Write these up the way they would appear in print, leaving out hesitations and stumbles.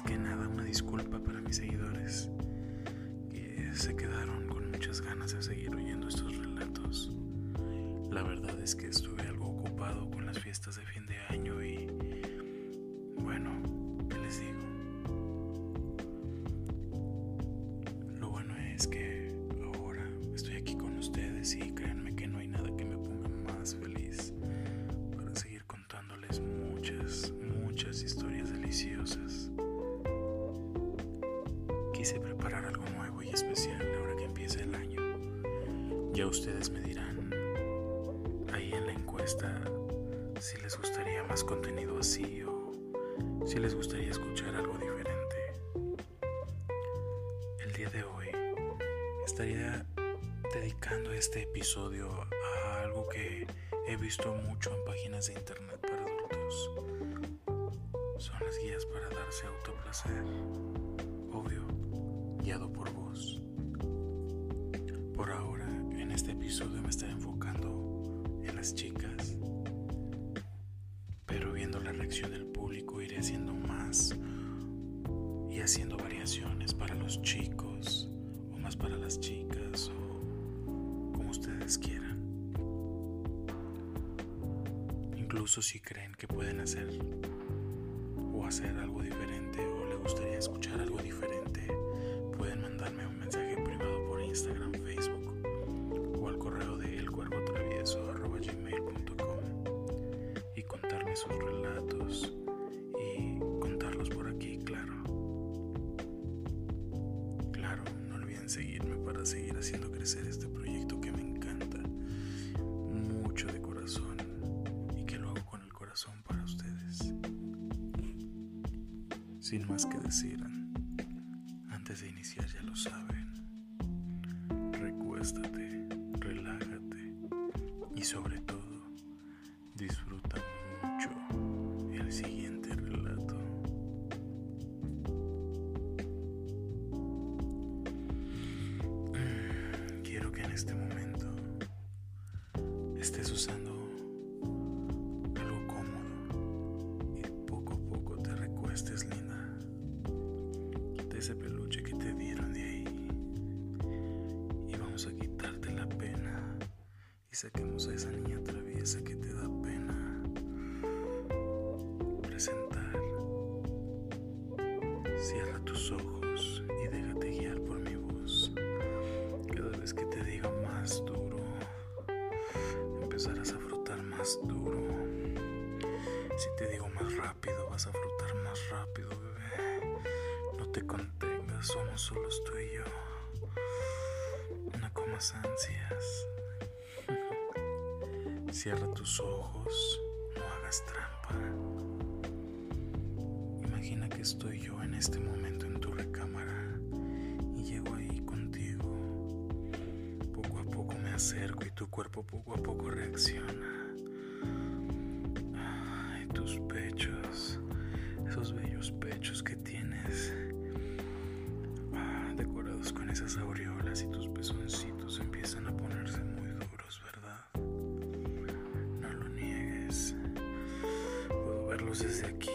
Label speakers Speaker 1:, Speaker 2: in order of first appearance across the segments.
Speaker 1: que nada, una disculpa para mis seguidores que se quedaron con muchas ganas de seguir oyendo estos relatos. La verdad es que estuve algo ocupado con las fiestas de fin de año y bueno, ¿qué les digo? Lo bueno es que ahora estoy aquí con ustedes y créanme que no hay nada que me ponga más feliz para seguir contándoles muchas historias deliciosas. Quise preparar algo nuevo y especial ahora que empieza el año. Ya ustedes me dirán ahí en la encuesta si les gustaría más contenido así o si les gustaría escuchar algo diferente. El día de hoy estaría dedicando este episodio a algo que he visto mucho en páginas de internet para adultos. Son las guías para darse autoplacer, obvio, guiado por vos. Por ahora, en este episodio me estaré enfocando en las chicas, pero viendo la reacción del público iré haciendo más y haciendo variaciones para los chicos o más para las chicas o como ustedes quieran. Incluso si creen que pueden hacer algo diferente o les gustaría escuchar algo diferente, pueden mandarme un mensaje privado por Instagram, Facebook o al correo de elcuervotravieso@gmail.com y contarme sus relatos y contarlos por aquí, claro, no olviden seguirme para seguir haciendo crecer este proyecto que me encanta mucho de corazón y que lo hago con el corazón para ustedes. Sin más que decir, antes de iniciar ya lo saben, recuéstate, relájate y sobre todo disfruta mucho el siguiente relato. Quiero que en este momento estés usando algo cómodo y poco a poco te recuestes, linda. Quita ese peluche que te dieron de ahí y vamos a quitarte la pena y saquemos a esa niña traviesa que te da pena presentar. Cierra tus ojos y déjate guiar por mi voz. Cada vez que te diga más duro, empezarás a frotar más duro. Si te digo más rápido, vas a frotar más rápido, bebé. No te contengas, somos solos tú y yo. No comas ansias. Cierra tus ojos, no hagas trampa. Imagina que estoy yo en este momento en tu recámara y llego ahí contigo. Poco a poco me acerco y tu cuerpo poco a poco reacciona. Ay, tus pechos, esos bellos pechos que tienes, decorados con esas aureolas, y tus pezoncitos empiezan a ponerse muy duros, ¿verdad? No lo niegues, puedo verlos desde aquí.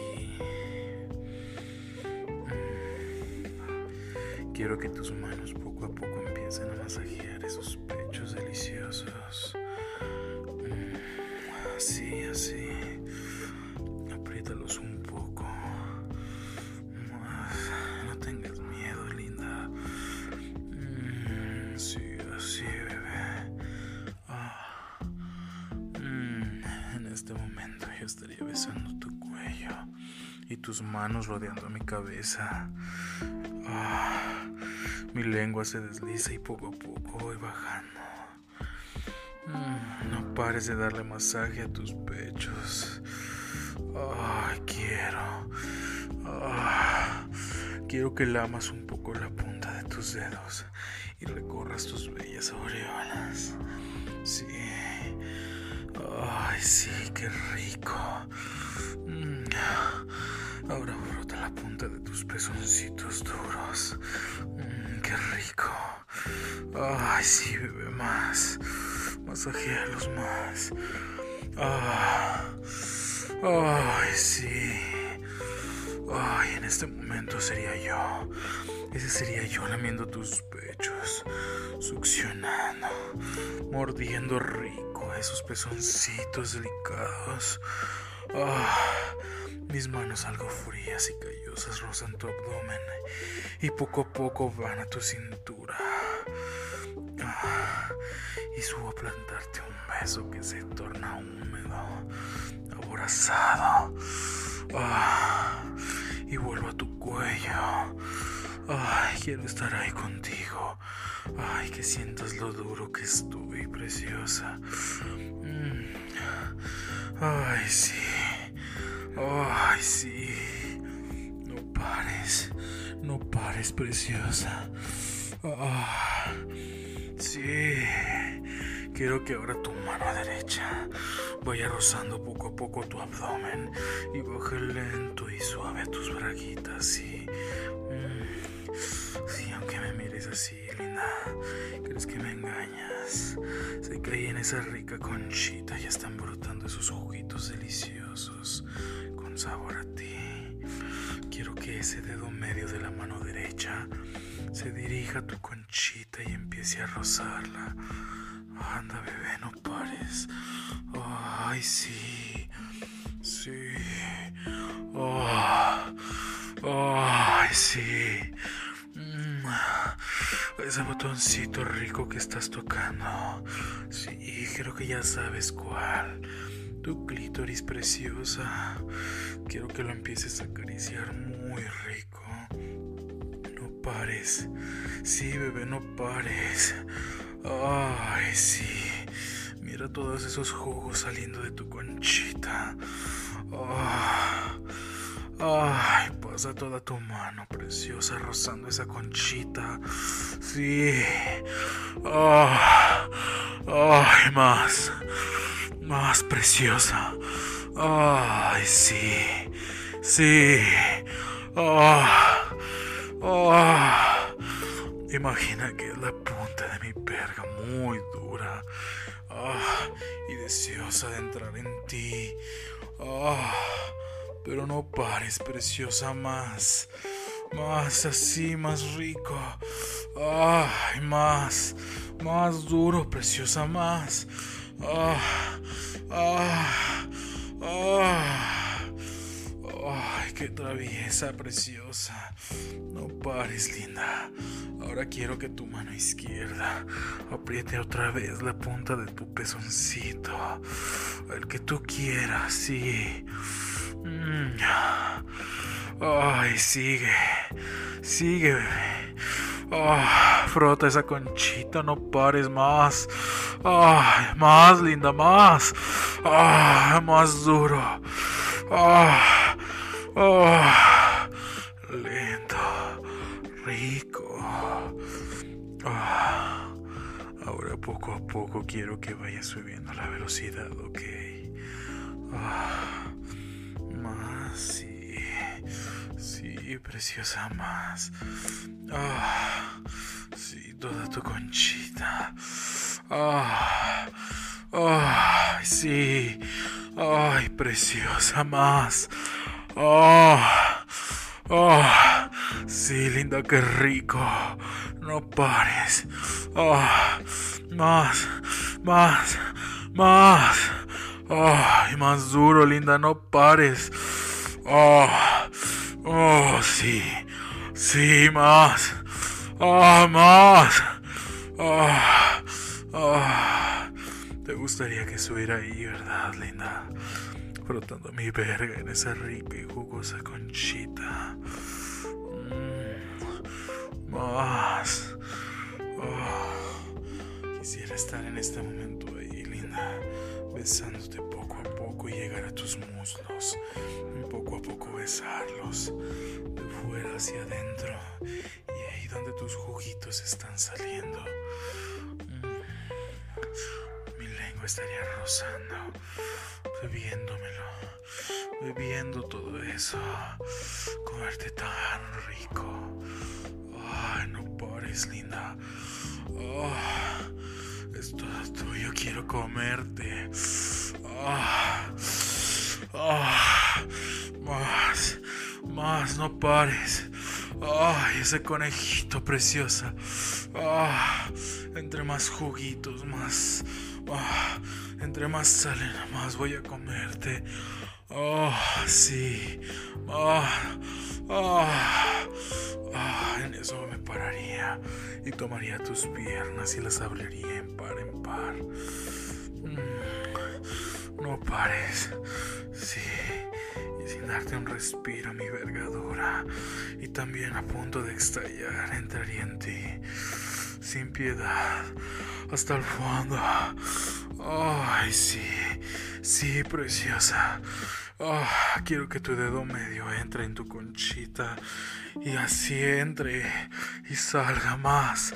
Speaker 1: Quiero que tus manos poco a poco empiecen a masajear esos pechos deliciosos. Así. Apriétalos un poco más. No tengas miedo, linda. Sí, así, bebé. En este momento yo estaría besando tu cuello y tus manos rodeando mi cabeza. Mi lengua se desliza y poco a poco voy bajando. No pares de darle masaje a tus pechos. Quiero que lamas un poco la punta de tus dedos y recorras tus bellas aureolas. Sí. Ay, sí, qué rico. Ahora frota la punta de tus pezoncitos duros. Qué rico. Ay, sí, bebé, más. Masajéalos más. Ay, sí. Ay, en este momento sería yo. Ese sería yo lamiendo tus pechos, succionando, mordiendo rico esos pezoncitos delicados. Mis manos algo frías y callosas rozan tu abdomen y poco a poco van a tu cintura. Y subo a plantarte un beso que se torna húmedo, aborazado. Y vuelvo a tu cuello. Quiero estar ahí contigo. Que sientas lo duro que estoy, preciosa. Sí. Sí. No pares, preciosa. Sí. Quiero que ahora tu mano derecha vaya rozando poco a poco tu abdomen y baje lento y suave a tus braguitas. Sí. Sí, aunque me mires así, linda, crees que me engañas. Sé que ahí en esa rica conchita ya están brotando esos juguitos deliciosos con sabor a ti. Quiero que ese dedo medio de la mano derecha se dirija a tu conchita y empiece a rozarla. Anda, bebé, no pares. Sí. Sí. Sí. Ese botoncito rico que estás tocando. Sí, creo que ya sabes cuál. Tu clítoris, preciosa. Quiero que lo empieces a acariciar muy rico. No pares. Sí, bebé, no pares. Sí. Mira todos esos jugos saliendo de tu conchita. Pasa toda tu mano, preciosa, rozando esa conchita. Sí. Más preciosa. Sí. Sí. Imagina que es la punta de mi verga muy dura. Y deseosa de entrar en ti. Pero no pares, preciosa, más así, más rico. Más duro, preciosa, más. Qué traviesa, preciosa. No pares, linda. Ahora quiero que tu mano izquierda apriete otra vez la punta de tu pezoncito. El que tú quieras, sí. Sigue, bebé. Frota esa conchita, no pares más. Más, linda, más. Más duro. Lento, rico. Ahora poco a poco quiero que vayas subiendo la velocidad, ¿ok? Más, sí, preciosa, más. Sí, toda tu conchita. Sí. Preciosa, más. Sí, linda, qué rico. No pares. Más. Más duro, linda, no pares. Sí, más. Más. Te gustaría que estuviera ahí, ¿verdad, linda? Frotando mi verga en esa rica y jugosa conchita. Más. Quisiera estar en este momento ahí, linda, besándote poco a poco y llegar a tus muslos. Poco a poco besarlos, de fuera hacia adentro, y ahí donde tus juguitos están saliendo. Mi lengua estaría rozando, bebiendo todo eso, comerte tan rico. No pares, linda. Es todo tuyo, quiero comerte. Más no pares. Ay, ese conejito preciosa. Entre más juguitos, más. Entre más salen, más voy a comerte. Sí. En eso me pararía y tomaría tus piernas y las abriría en par en par. No pares. Sí. Y sin darte un respiro a mi vergadura. Y también a punto de estallar, entraría en ti. Sin piedad. Hasta el fondo. Ay, sí. Sí, preciosa. Quiero que tu dedo medio entre en tu conchita. Y así entre y salga más.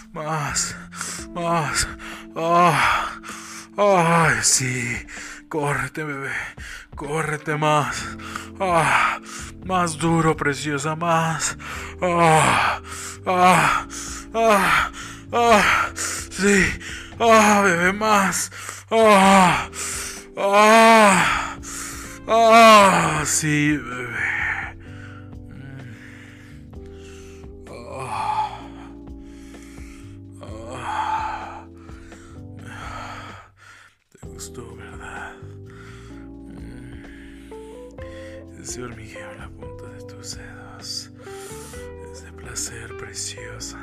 Speaker 1: Ay, sí. Córrete, bebé. Córrete más. Más duro, preciosa, más. Sí. Bebé, más. Sí, bebé. Te gustó, ¿verdad? Ese hormigueo en la punta de tus dedos es de placer, preciosa.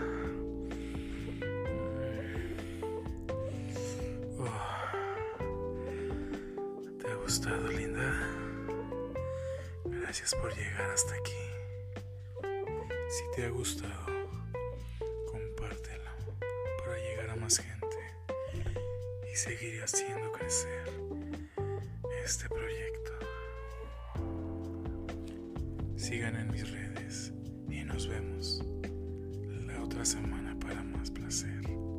Speaker 1: ¿Te ha gustado, linda? Gracias por llegar hasta aquí. Si te ha gustado, compártelo para llegar a más gente y seguir haciendo crecer este proyecto. Sigan en mis redes y nos vemos la otra semana para más placer.